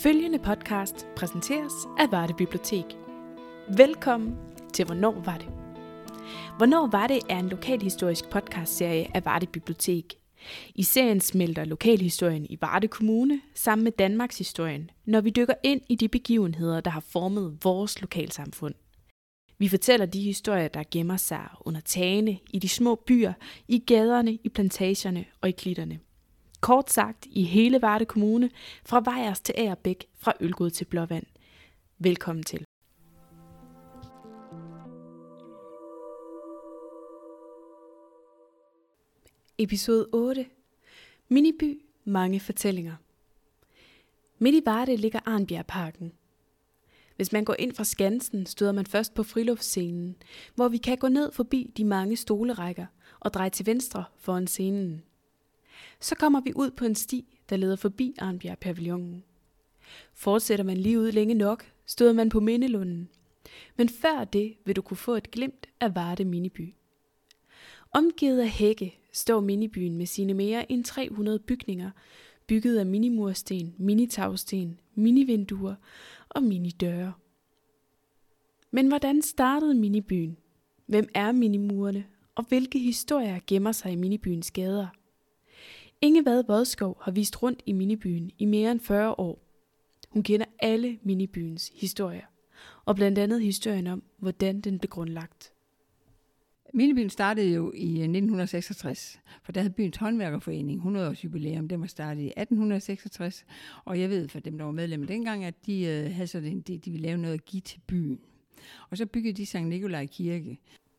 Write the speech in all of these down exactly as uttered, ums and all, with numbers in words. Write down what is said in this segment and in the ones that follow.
Følgende podcast præsenteres af Varde Bibliotek. Velkommen til Hvornår var det? Hvornår var det er en lokalhistorisk podcastserie af Varde Bibliotek. I serien smelter lokalhistorien i Varde Kommune sammen med Danmarks historien, når vi dykker ind i de begivenheder, der har formet vores lokalsamfund. Vi fortæller de historier, der gemmer sig under tagene, i de små byer, i gaderne, i plantagerne og i klitterne. Kort sagt i hele Varde Kommune, fra Vejers til Agerbæk, fra Ølgod til Blåvand. Velkommen til. Episode otte. Miniby, mange fortællinger. Midt i Varde ligger Arnbjergparken. Hvis man går ind fra Skansen, støder man først på friluftsscenen, hvor vi kan gå ned forbi de mange stolerækker og dreje til venstre foran scenen. Så kommer vi ud på en sti, der leder forbi Arnbjerg-pavillonen. Fortsætter man lige ud længe nok, støder man på Mindelunden. Men før det vil du kunne få et glimt af Varde Miniby. Omgivet af hække står minibyen med sine mere end tre hundrede bygninger, bygget af minimursten, minitagsten, minivinduer og minidøre. Men hvordan startede minibyen? Hvem er minimurerne? Og hvilke historier gemmer sig i minibyens gader? Inge Vad Vodskov har vist rundt i minibyen i mere end fyrre år. Hun kender alle minibyens historier, og blandt andet historien om, hvordan den blev grundlagt. Minibyen startede jo i nitten seksogtres, for der havde byens håndværkerforening hundrede års jubilæum. Den var startet i atten seksogtres, og jeg ved for dem, der var medlemmer dengang, at de øh, havde sådan, de, de ville lave noget at give til byen. Og så byggede de Sankt Nikolaj Kirke.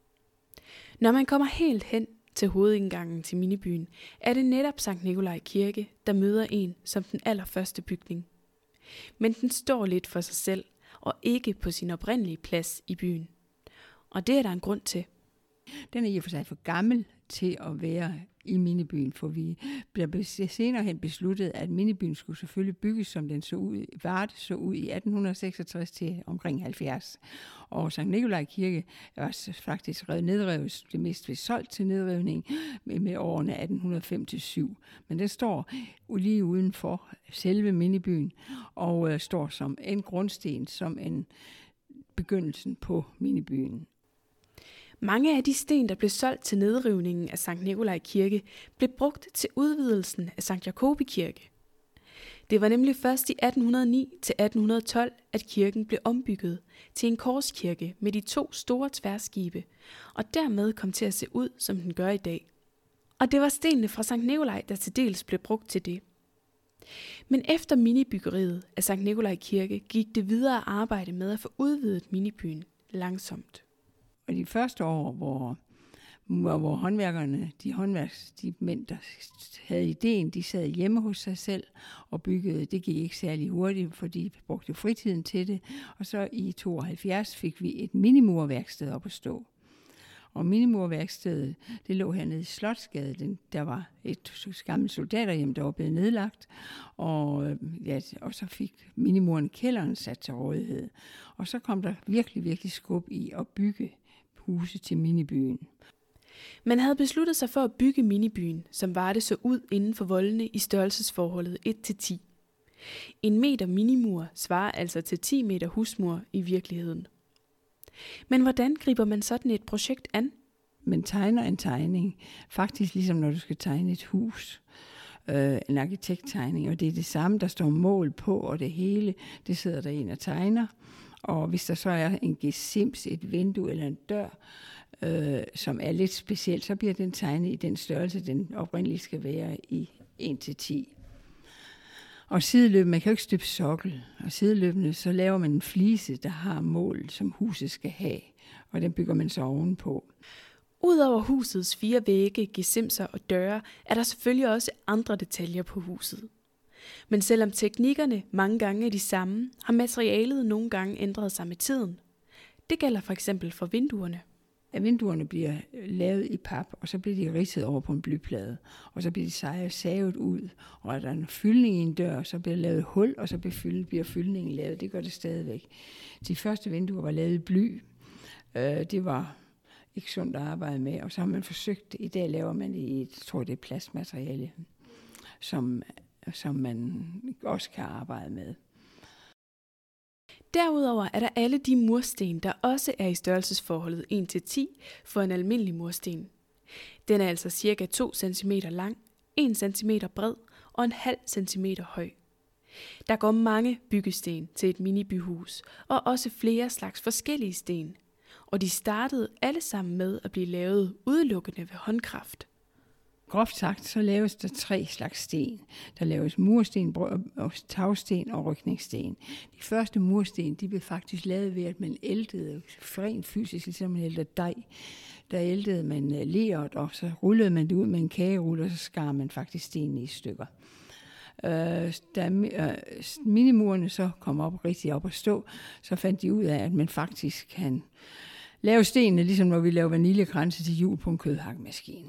Når man kommer helt hen til hovedindgangen til minibyen, er det netop Sankt Nikolaj Kirke, der møder en som den allerførste bygning. Men den står lidt for sig selv, og ikke på sin oprindelige plads i byen. Og det er der en grund til. Den er i og for sig for gammel til at være i minibyen, for vi bliver senere hen besluttet, at minibyen skulle selvfølgelig bygges, som den så ud, Varde så ud i atten seksogtres til omkring halvfjerds. Og Sankt Nikolaj Kirke var faktisk revet nedrevet, det mest ved solgt til nedrivning med, med årene atten fem til syv. Men den står lige uden for selve minibyen og øh, står som en grundsten, som en begyndelsen på minibyen. Mange af de sten, der blev solgt til nedrivningen af Sankt Nikolaj Kirke, blev brugt til udvidelsen af Sankt Jacobi Kirke. Det var nemlig først i atten hundrede og ni til atten tolv, at kirken blev ombygget til en korskirke med de to store tværskibe, og dermed kom til at se ud, som den gør i dag. Og det var stenene fra Sankt Nikolaj, der til dels blev brugt til det. Men efter minibyggeriet af Sankt Nikolaj Kirke gik det videre arbejde med at få udvidet minibyen langsomt. Og de første år, hvor, hvor, hvor håndværkerne, de håndværks, de mænd, der havde ideen, de sad hjemme hos sig selv og byggede. Det gik ikke særlig hurtigt, for de brugte fritiden til det. Og så i tooghalvfjerds fik vi et minimurværksted op at stå. Og minimurværkstedet, det lå hernede i Slotsgade. Der var et gammelt soldaterhjem, der var blevet nedlagt. Og, ja, og så fik minimuren kælderen sat til rådighed. Og så kom der virkelig, virkelig skub i at bygge huse til minibyen. Man havde besluttet sig for at bygge minibyen, som Varde så ud inden for voldene i størrelsesforholdet et til ti. En meter minimur svarer altså til ti meter husmur i virkeligheden. Men hvordan griber man sådan et projekt an? Man tegner en tegning, faktisk ligesom når du skal tegne et hus, øh, en arkitekttegning, og det er det samme, der står mål på, og det hele, det sidder der en og tegner. Og hvis der så er en gesims, et vindue eller en dør, øh, som er lidt speciel, så bliver den tegnet i den størrelse, den oprindeligt skal være i et til ti. Og sideløbende, man kan jo ikke støbe sokkel, og sideløbende så laver man en flise, der har mål, som huset skal have, og den bygger man så ovenpå. Udover husets fire vægge, gesimser og døre, er der selvfølgelig også andre detaljer på huset. Men selvom teknikkerne mange gange er de samme, har materialet nogle gange ændret sig med tiden. Det gælder for eksempel for vinduerne. At vinduerne bliver lavet i pap, og så bliver de ridset over på en blyplade, og så bliver de savet ud, og er der en fyldning i en dør, så bliver der lavet hul, og så bliver fyldningen lavet. Det gør det stadigvæk. De første vinduer var lavet i bly. Det var ikke sundt at arbejde med, og så har man forsøgt, i dag laver man det i et, tror jeg det er plastmateriale, som, som man også kan arbejde med. Derudover er der alle de mursten, der også er i størrelsesforholdet en til ti for en almindelig mursten. Den er altså cirka to centimeter lang, en centimeter bred og en halv centimeter høj. Der går mange byggesten til et minibyhus, og også flere slags forskellige sten. Og de startede alle sammen med at blive lavet udelukkende ved håndkraft. Groft sagt, så laves der tre slags sten. Der laves mursten, tagsten og rykningssten. De første mursten, de blev faktisk lavet ved, at man æltede rent fysisk, ligesom man æltede dej. Der æltede man leret, og så rullede man det ud med en kagerulle, og så skar man faktisk stenene i stykker. Øh, da øh, minimurerne så kom op rigtig op at stå, så fandt de ud af, at man faktisk kan lave stenene, ligesom når vi laver vaniljekranse til jul på en kødhakkemaskine.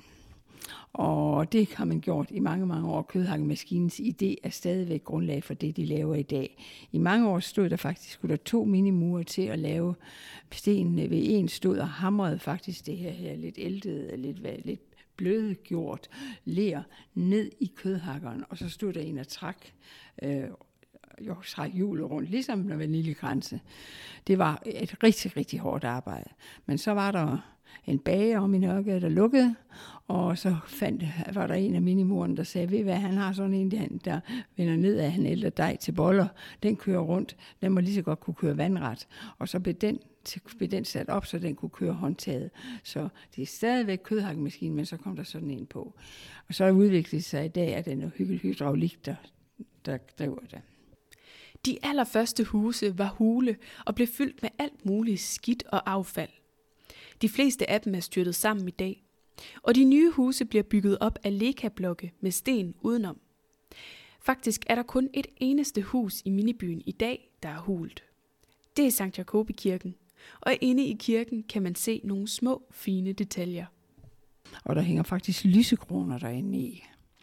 Og det har man gjort i mange, mange år. Kødhakkemaskinens idé er stadigvæk grundlag for det, de laver i dag. I mange år stod der faktisk skulle der to minimurer til at lave stenene ved en stod og hamrede faktisk det her, her lidt æltede, lidt, lidt blødgjort ler ned i kødhakkeren, og så stod der en og trak, øh, jo, trak hjulet rundt, ligesom med vaniljekranse. Det var et rigtig, rigtig hårdt arbejde. Men så var der en bager om i Nørregade, der lukkede, og så fandt, var der en af minimurerne, der sagde, ved hvad, han har sådan en, der, der vender ned af, han ælter dej til boller, den kører rundt, den må lige så godt kunne køre vandret, og så blev den, blev den sat op, så den kunne køre håndtaget. Så det er stadigvæk kødhakkemaskinen, men så kom der sådan en på. Og så udviklede det sig i dag, at den hydraulik, der, der driver det. De allerførste huse var hule og blev fyldt med alt muligt skidt og affald. De fleste af dem er styrtet sammen i dag, og de nye huse bliver bygget op af lekablokke med sten udenom. Faktisk er der kun et eneste hus i minibyen i dag, der er hult. Det er Sankt Jacobi Kirken, og inde i kirken kan man se nogle små, fine detaljer. Og der hænger faktisk lysekroner derinde i.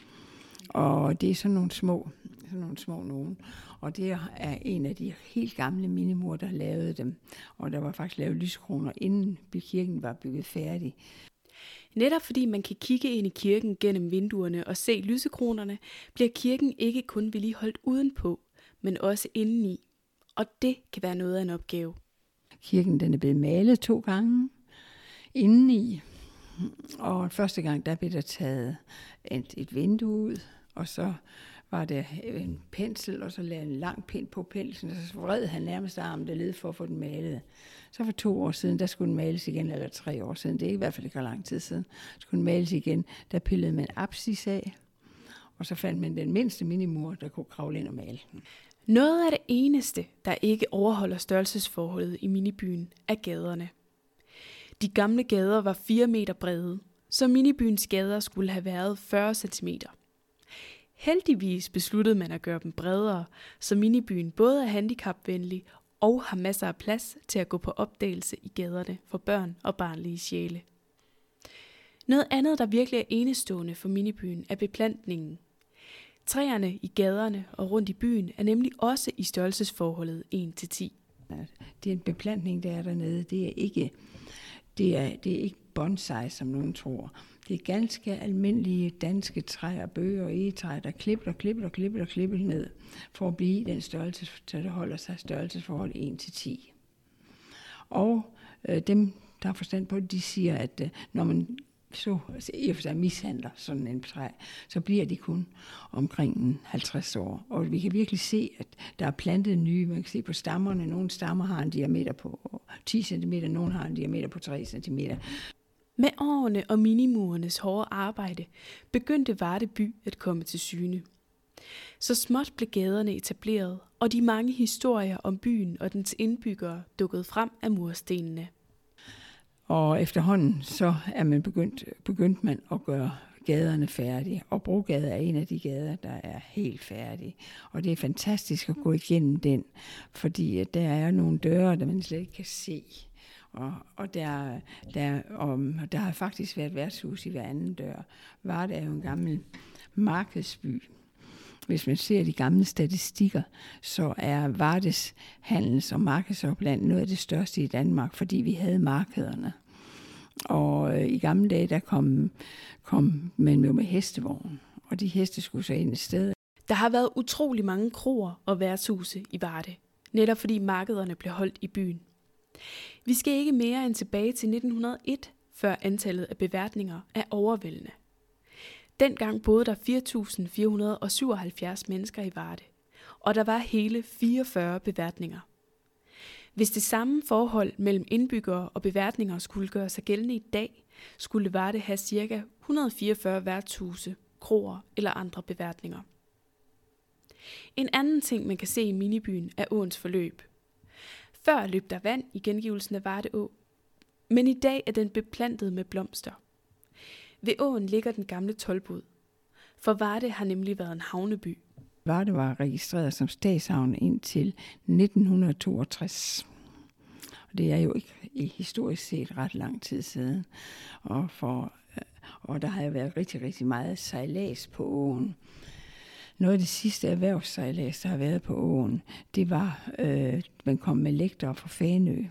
Og det er sådan nogle små, sådan nogle små nogen. Og det er en af de helt gamle minimur, der lavede dem. Og der var faktisk lavet lysekroner, inden kirken var bygget færdig. Netop fordi man kan kigge ind i kirken gennem vinduerne og se lysekronerne, bliver kirken ikke kun vedligeholdt udenpå, men også indeni. Og det kan være noget af en opgave. Kirken den er blevet malet to gange indeni. Og første gang der blev der taget et, et vindue ud, og så var der en pensel, og så lagde en lang pind på penslen, og så vred han nærmest armen, der led for at få den malet. Så for to år siden, der skulle den males igen, eller tre år siden, det er i hvert fald ikke lang tid siden, skulle den males igen, der pillede man apsis af, og så fandt man den mindste minimur, der kunne kravle ind og male den. Noget af det eneste, der ikke overholder størrelsesforholdet i minibyen, er gaderne. De gamle gader var fire meter brede, så minibyens gader skulle have været fyrre centimeter. Heldigvis besluttede man at gøre dem bredere, så minibyen både er handicapvenlig og har masser af plads til at gå på opdagelse i gaderne for børn og barnlige sjæle. Noget andet, der virkelig er enestående for minibyen, er beplantningen. Træerne i gaderne og rundt i byen er nemlig også i størrelsesforholdet en til ti. Det er en beplantning, der er dernede. Det er ikke, det er, det er ikke bonsai, som nogen tror. Det er ganske almindelige danske træer, bøger og egetræer, der klipper og klipper og klipper og klipper ned, for at blive den størrelse, så det holder sig størrelsesforhold en til ti. Og øh, dem, der har forstand på det, de siger, at øh, når man så altså, i og for sig mishandler sådan en træ, så bliver de kun omkring halvtreds år. Og vi kan virkelig se, at der er plantet nye. Man kan se på stammerne. Nogle stammer har en diameter på ti centimeter, nogle har en diameter på tre centimeter. Med årene og minimurernes hårde arbejde begyndte Varde by at komme til syne. Så småt blev gaderne etableret, og de mange historier om byen og dens indbyggere dukkede frem af murstenene. Og efterhånden så er man begyndt, begyndt man at gøre gaderne færdige. Og Brogade er en af de gader, der er helt færdige. Og det er fantastisk at gå igennem den, fordi der er nogle døre, der man slet ikke kan se. Og, og, der, der, og der har faktisk været værtshus i hver anden dør. Varde er jo en gammel markedsby. Hvis man ser de gamle statistikker, så er Vardes handels- og markedsopland noget af det største i Danmark, fordi vi havde markederne. Og øh, i gamle dage, der kom, kom man jo med hestevogn, og de heste skulle så ind et sted. Der har været utrolig mange kroer og værtshuse i Varde. netop fordi markederne blev holdt i byen. Vi skal ikke mere end tilbage til nitten hundrede og et, før antallet af beværtninger er overvældende. Dengang boede der fire tusind fire hundrede og syvoghalvfjerds mennesker i Varde, og der var hele fireogfyrre beværtninger. Hvis det samme forhold mellem indbyggere og beværtninger skulle gøre sig gældende i dag, skulle Varde have ca. et hundrede og fireogfyrre værtshuse, kroer eller andre beværtninger. En anden ting, man kan se i minibyen, er åens forløb. Før løb der vand i gengivelsen af Varde Å, men i dag er den beplantet med blomster. Ved åen ligger den gamle toldbod, for Varde har nemlig været en havneby. Varde var registreret som statshavn indtil nitten toogtres. Og det er jo ikke i historisk set ret lang tid siden. Og, for, og der har jo været rigtig, rigtig meget sejlads på åen. Noget af det sidste erhvervssejlads, der har været på åen, det var, øh, man kom med lektorer fra Fanø,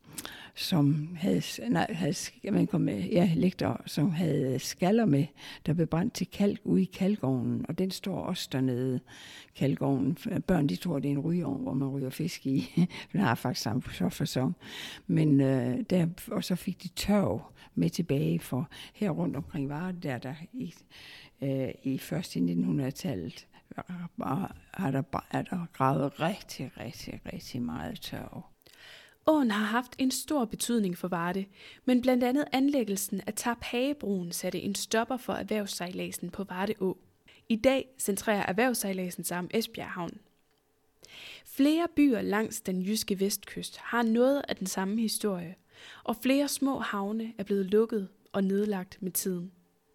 som havde, nej, havde, man kom med, ja, lektorer, som havde skaller med, der blev brændt til kalk ude i kalkovnen, og den står også dernede, kalkovnen. Børn, de tror, det er en rygeovn, hvor man ryger fisk i. Den har faktisk samme facon. Men øh, der, og så fik de tørv med tilbage, for her rundt omkring Varde, der, der i, øh, i først i nitten hundrede-tallet, har der, er der gravet rigtig, rigtig, rigtig meget tørv. Åen har haft en stor betydning for Varde, men blandt andet anlæggelsen af Tarp-Hagebroen satte en stopper for erhvervssejladsen på Varde Å. I dag centrerer erhvervssejladsen sig om Esbjerg Havn. Flere byer langs den jyske vestkyst har noget af den samme historie, og flere små havne er blevet lukket og nedlagt med tiden.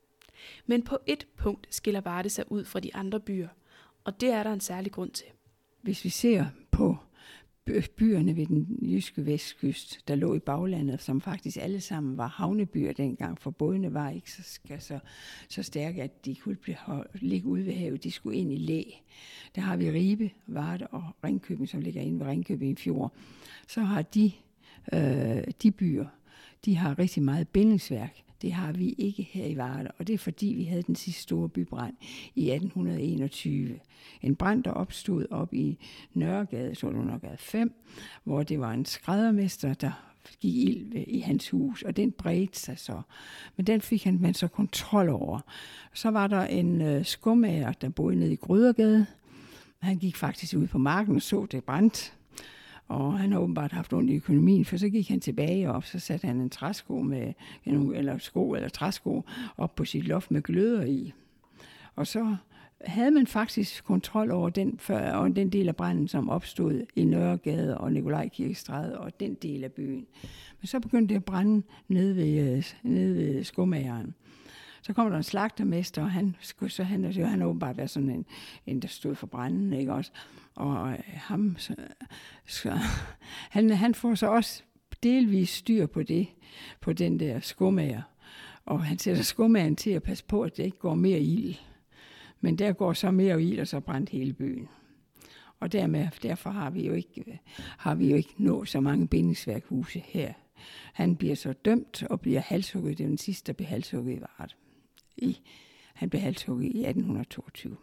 Men på et punkt skiller Varde sig ud fra de andre byer, og det er der en særlig grund til. Hvis vi ser på byerne ved den jyske vestkyst, der lå i baglandet, som faktisk alle sammen var havnebyer dengang, for bådene var ikke så, så, så stærke, at de kunne ligge ude ved havet. De skulle ind i læ. Der har vi Ribe, Varde og Ringkøbing, som ligger inde ved Ringkøbing Fjord. Så har de, øh, de byer, de har rigtig meget bindingsværk. Det har vi ikke her i Varde, og det er fordi, vi havde den sidste store bybrand i atten enogtyve. En brand, der opstod op i Nørregade, så Nørregade fem, hvor det var en skræddermester, der gik ild i hans hus, og den bredte sig så. Men den fik han man så kontrol over. Så var der en øh, skummager, der boede nede i Grydergade. Han gik faktisk ud på marken og så det brændt. Og han har åbenbart haft ondt i økonomien, for så gik han tilbage op, så satte han en træsko med, eller sko eller træsko op på sit loft med gløder i. Og så havde man faktisk kontrol over den, før, og den del af branden, som opstod i Nørregade og Nikolajkirkestræde og den del af byen. Men så begyndte det at brænde nede ved, nede ved skumageren. Så kommer der en slagtermester, og han skulle så han, han har åbenbart været sådan en, en, der stod for branden, ikke også? Og ham, så, så, han, han får så også delvis styr på det, på den der skumager. Og han sætter skumageren til at passe på, at det ikke går mere ild. Men der går så mere ild, og så brændt hele byen. Og dermed, derfor har vi jo ikke, har vi jo ikke nået så mange bindingsværkhuse her. Han bliver så dømt og bliver halshugget. Det er den sidste, der bliver halshugget i Varde. I, han blev halshugget i atten toogtyve.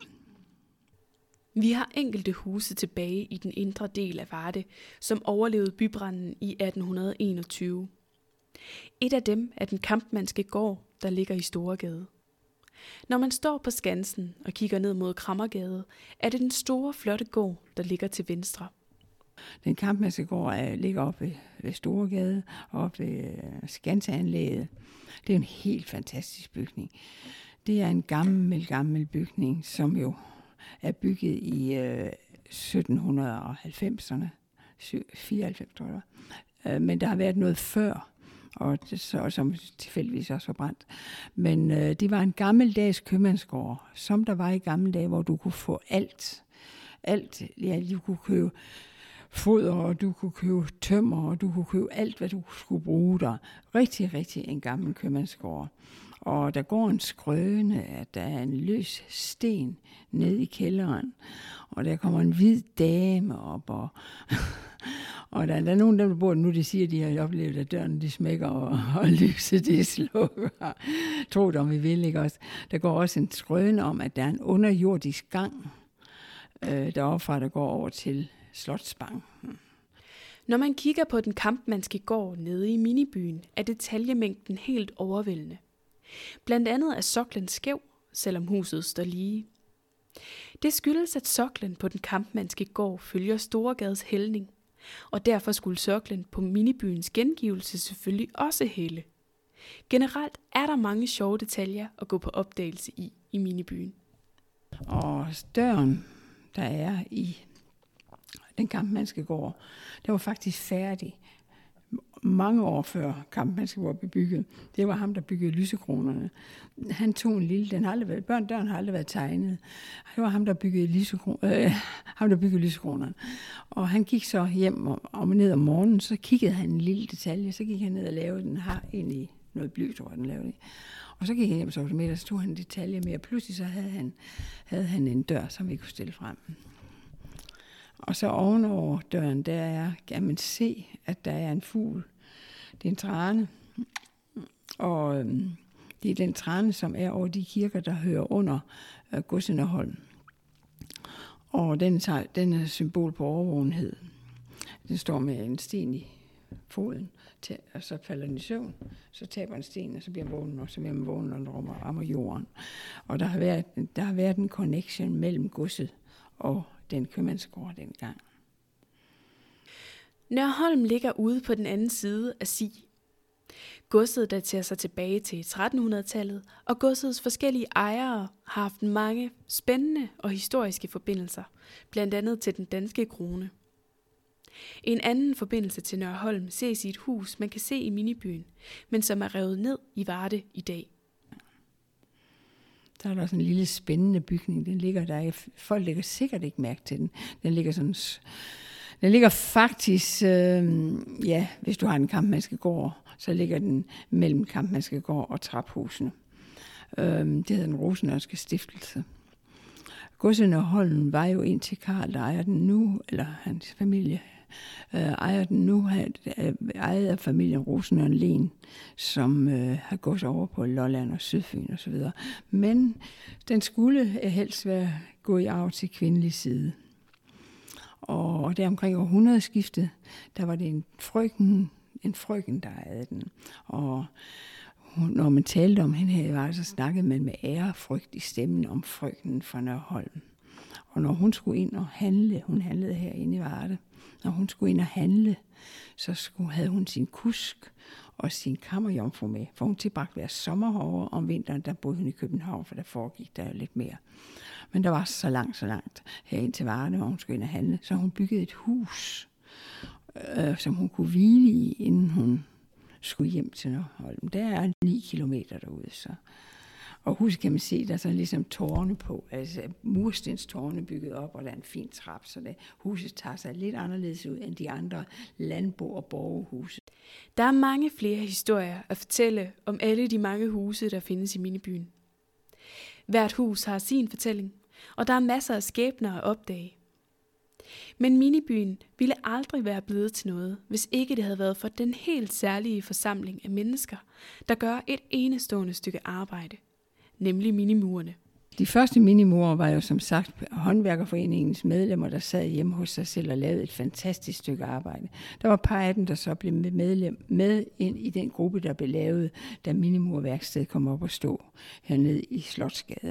Vi har enkelte huse tilbage i den indre del af Varde, som overlevede bybranden i atten enogtyve. Et af dem er den kampmandske gård, der ligger i Storegade. Når man står på skansen og kigger ned mod Krammergade, er det den store, flotte gård, der ligger til venstre. Den kampmandske gård er, ligger oppe ved, ved Storegade og oppe ved Skanseanlægget. Det er en helt fantastisk bygning. Det er en gammel, gammel bygning, som jo er bygget i øh, sytten halvfemserne, fireoghalvfems tror jeg. Øh, men der har været noget før, og det, så, som tilfældigvis også var brændt. Men øh, det var en gammeldags købmandsgård, som der var i gamle dage, hvor du kunne få alt. Alt, ja, du kunne købe foder, og du kunne købe tømmer, og du kunne købe alt, hvad du skulle bruge der. Rigtig, rigtig en gammel købmandsgård. Og der går en skrøne, at der er en løs sten ned i kælderen, og der kommer en hvid dame op, og, og der, der er nogen, der bor nu, de siger, at de har oplevet, at døren de smækker, og, og lyset det slukker. Tro det, om vi vil, ikke også? Der går også en skrøne om, at der er en underjordisk gang, øh, deroppe fra, der går over til slotsbank. Når man kigger på den Kampmannske gård nede i minibyen, er detaljemængden helt overvældende. Blandt andet er soklen skæv, selvom huset står lige. Det skyldes, at soklen på den Kampmannske gård følger Storegades hældning, og derfor skulle soklen på minibyens gengivelse selvfølgelig også hælde. Generelt er der mange sjove detaljer at gå på opdagelse i i minibyen. Og døren, der er i den Kampmannske gård, der var faktisk færdig mange år før Kampmannske gård blev bygget. Det var ham, der byggede lysekronerne. Han tog en lille, den har aldrig været, børn, døren har aldrig været tegnet. Det var ham, der byggede, lysekron, øh, ham, der byggede lysekronerne. Og han gik så hjem og, og ned om morgenen, så kiggede han en lille detalje, så gik han ned og lavede den her ind i noget bly, tror jeg, den lavede det. Og så gik han hjem, så med, og så tog han en detalje med, og pludselig så havde han, havde han en dør, som vi kunne stille frem. Og så ovenover døren, der er, kan man se, at der er en fugl. Det er en trane. Og øhm, det er den trane, som er over de kirker, der hører under øh, Godsenderholm. Og den, tager, den er symbol på overvågenhed. Den står med en sten i foden, til, og så falder den i søvn. Så taber en sten, og så bliver vågen, og så bliver man vågen, og den rammer jorden. Og der har, været, der har været en connection mellem godset og den købmandsgård dengang. Nørholm ligger ude på den anden side af Sig. Godset daterer sig tilbage til trettenhundredetallet, og godsets forskellige ejere har haft mange spændende og historiske forbindelser, blandt andet til den danske krone. En anden forbindelse til Nørholm ses i et hus, man kan se i minibyen, men som er revet ned i Varde i dag. Der er der også en lille spændende bygning, den ligger der. Folk lægger sikkert ikke mærke til den. Den ligger sådan, den ligger faktisk, øh, ja, hvis du har en Kampmannske gård, så ligger den mellem Kampmannske gård og traphusene. Øh, det hedder den Rosenørnske Stiftelse. Godset Nørholm var jo indtil Karl, der ejer den nu, eller hans familie øh, ejer den nu, ejet af familien Rosenørn-Len, som øh, har gået over på Lolland og Sydfyn og så videre. Men den skulle helst være gået i arv til kvindelig side. Og der omkring århundredeskiftet, der var det en frøken, en frøken, der ejede den. Og når man talte om hende her, så snakkede man med ærefrygt i stemmen om frøkenen fra Nørholm. Og når hun skulle ind og handle, hun handlede herinde i Varde, når hun skulle ind og handle, så skulle, havde hun sin kusk og sin kammerjomfru med, for hun tilbragte hver sommer herovre. Om vinteren, der boede hun i København, for der foregik der jo lidt mere. Men der var så langt, så langt herind til Varde, hvor hun skulle ind og handle, så hun byggede et hus, øh, som hun kunne hvile i, inden hun skulle hjem til Nørholm. Der er ni kilometer derude, så. Og husk kan man se, der er så ligesom tårne på, altså murstenstårne bygget op, og der er en fin trap, så det, huset tager sig lidt anderledes ud end de andre landbo- og borgerhuse. Der er mange flere historier at fortælle om alle de mange huse, der findes i minibyen. Hvert hus har sin fortælling, og der er masser af skæbner at opdage. Men minibyen ville aldrig være blevet til noget, hvis ikke det havde været for den helt særlige forsamling af mennesker, der gør et enestående stykke arbejde, nemlig minimurerne. De første minimurer var jo som sagt håndværkerforeningens medlemmer, der sad hjemme hos sig selv og lavede et fantastisk stykke arbejde. Der var et par af dem, der så blev medlem med ind i den gruppe, der blev lavet, da minimurværkstedet kom op og stå hernede i Slotsgade.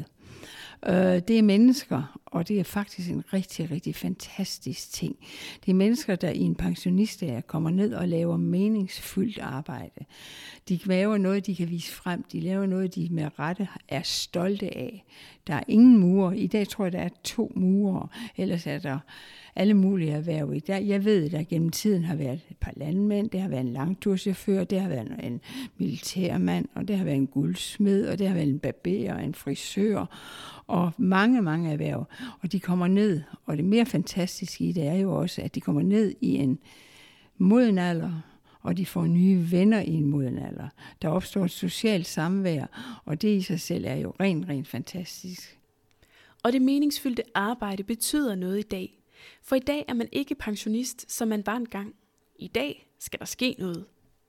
Det er mennesker, og det er faktisk en rigtig, rigtig fantastisk ting. Det er mennesker, der i en pensionistære kommer ned og laver meningsfyldt arbejde. De laver noget, de kan vise frem. De laver noget, de med rette er stolte af. Der er ingen murer. I dag tror jeg, der er to murer. Ellers er der alle mulige erhverv i dag. Jeg ved, at der gennem tiden har været et par landmænd, det har været en langturschauffør, det har været en militærmand, og det har været en guldsmed, og det har været en barber og en frisør, og mange, mange erhverv. Og de kommer ned, og det mere fantastiske i det er jo også, at de kommer ned i en moden alder, og de får nye venner i en moden alder. Der opstår et socialt samvær, og det i sig selv er jo rent, rent fantastisk. Og det meningsfyldte arbejde betyder noget i dag. For i dag er man ikke pensionist, som man var engang. I dag skal der ske noget.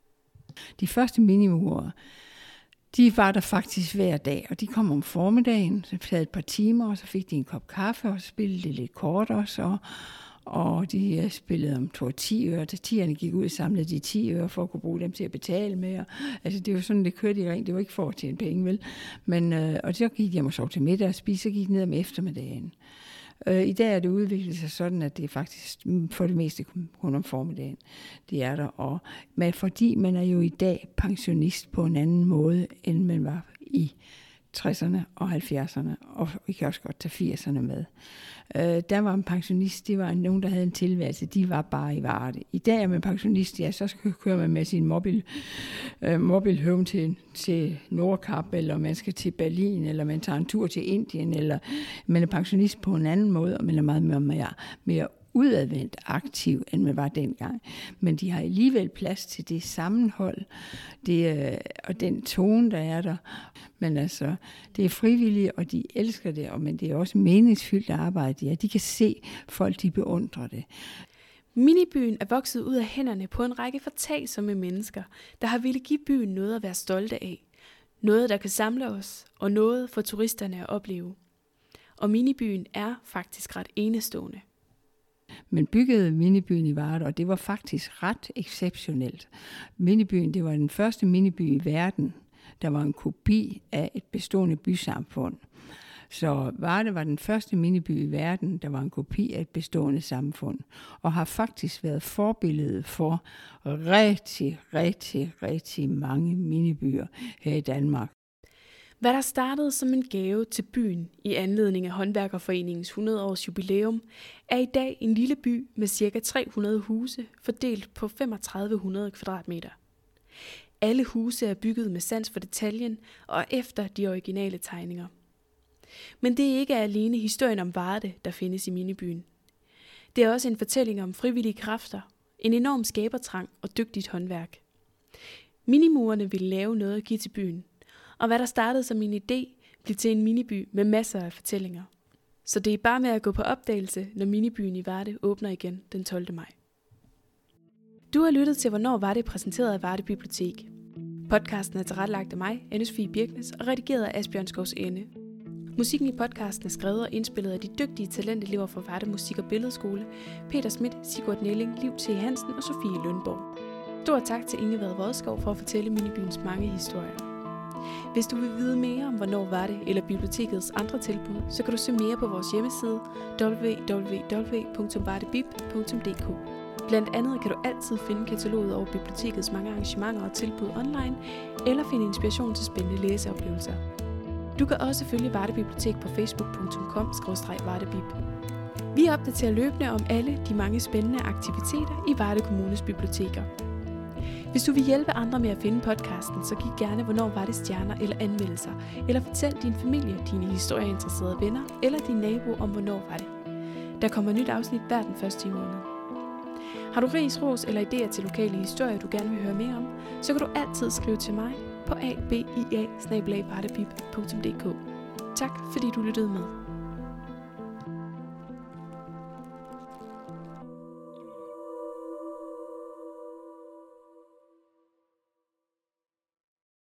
De første minimurer, de var der faktisk hver dag, og de kom om formiddagen, så havde et par timer, og så fik de en kop kaffe, og så spillede de lidt kort også, og, og de uh, spillede om tror, ti øre. Da tierne gik ud og samlede de ti øre for at kunne bruge dem til at betale med. Og, altså det var sådan, det kørte i ring. Det var ikke for at tjene penge, vel? Men, uh, og så gik de og sov til middag og spise, så gik de ned om eftermiddagen. Uh, I dag er det udviklet sig sådan, at det er faktisk for det meste kun om formiddagen. Det er der. Og, men fordi man er jo i dag pensionist på en anden måde, end man var i tresserne og halvfjerdserne, og vi kan også godt tage firserne med. Øh, der var en pensionist, det var nogen, der havde en tilværelse, de var bare i Varde. I dag er man pensionist, ja, så kører man med sin mobil, øh, mobilhome til, til Nordkap, eller man skal til Berlin, eller man tager en tur til Indien, eller man er pensionist på en anden måde, og man er meget mere, mere, mere udadvendt aktiv, end man var dengang. Men de har alligevel plads til det sammenhold, det, øh, og den tone, der er der. Men altså, det er frivillige, og de elsker det, og, men det er også meningsfyldt arbejde. Ja, de kan se folk, de beundrer det. Minibyen er vokset ud af hænderne på en række foretagsomme mennesker, der har ville give byen noget at være stolte af. Noget, der kan samle os, og noget for turisterne at opleve. Og minibyen er faktisk ret enestående. Men byggede minibyen i Varde, og det var faktisk ret exceptionelt. Minibyen, det var den første miniby i verden, der var en kopi af et bestående bysamfund. Så Varde var den første miniby i verden, der var en kopi af et bestående samfund, og har faktisk været forbillede for rigtig, rigtig, rigtig mange minibyer her i Danmark. Hvad der startede som en gave til byen i anledning af Håndværkerforeningens hundrede års jubilæum, er i dag en lille by med ca. tre hundrede huse fordelt på tre tusind fem hundrede kvadratmeter. Alle huse er bygget med sans for detaljen og efter de originale tegninger. Men det er ikke alene historien om Varde, der findes i minibyen. Det er også en fortælling om frivillige kræfter, en enorm skabertrang og dygtigt håndværk. Minimurerne ville lave noget at give til byen, og hvad der startede som en idé, blev til en miniby med masser af fortællinger. Så det er bare med at gå på opdagelse, når minibyen i Varde åbner igen den tolvte maj. Du har lyttet til Hvornår var det præsenteret af Varde Bibliotek. Podcasten er tilrettelagt af mig, Anne Sofie Birknes, og redigeret af Asbjørn Skovs Ende. Musikken i podcasten er skrevet og indspillet af de dygtige talentelever fra Varde Musik- og Billedskole, Peter Schmidt, Sigurd Nelling, Liv T. Hansen og Sofie Lundborg. Stor tak til Inge Vad Vodskov for at fortælle minibyens mange historier. Hvis du vil vide mere om Hvornår var det, eller bibliotekets andre tilbud, så kan du se mere på vores hjemmeside w w w punktum vardebib punktum d k. Blandt andet kan du altid finde kataloget over bibliotekets mange arrangementer og tilbud online, eller finde inspiration til spændende læseoplevelser. Du kan også følge Varde Bibliotek på facebook punktum com skråstreg vardebib. Vi opdaterer løbende om alle de mange spændende aktiviteter i Varde Kommunes biblioteker. Hvis du vil hjælpe andre med at finde podcasten, så giv gerne Hvornår var det stjerner eller anmeldelser, eller fortæl din familie, dine historieinteresserede venner eller din nabo om Hvornår var det. Der kommer et nyt afsnit hver den første i måneden. Har du ris, ros eller idéer til lokale historier, du gerne vil høre mere om, så kan du altid skrive til mig på a b i a bindestreg vardebib punktum d k. Tak fordi du lyttede med.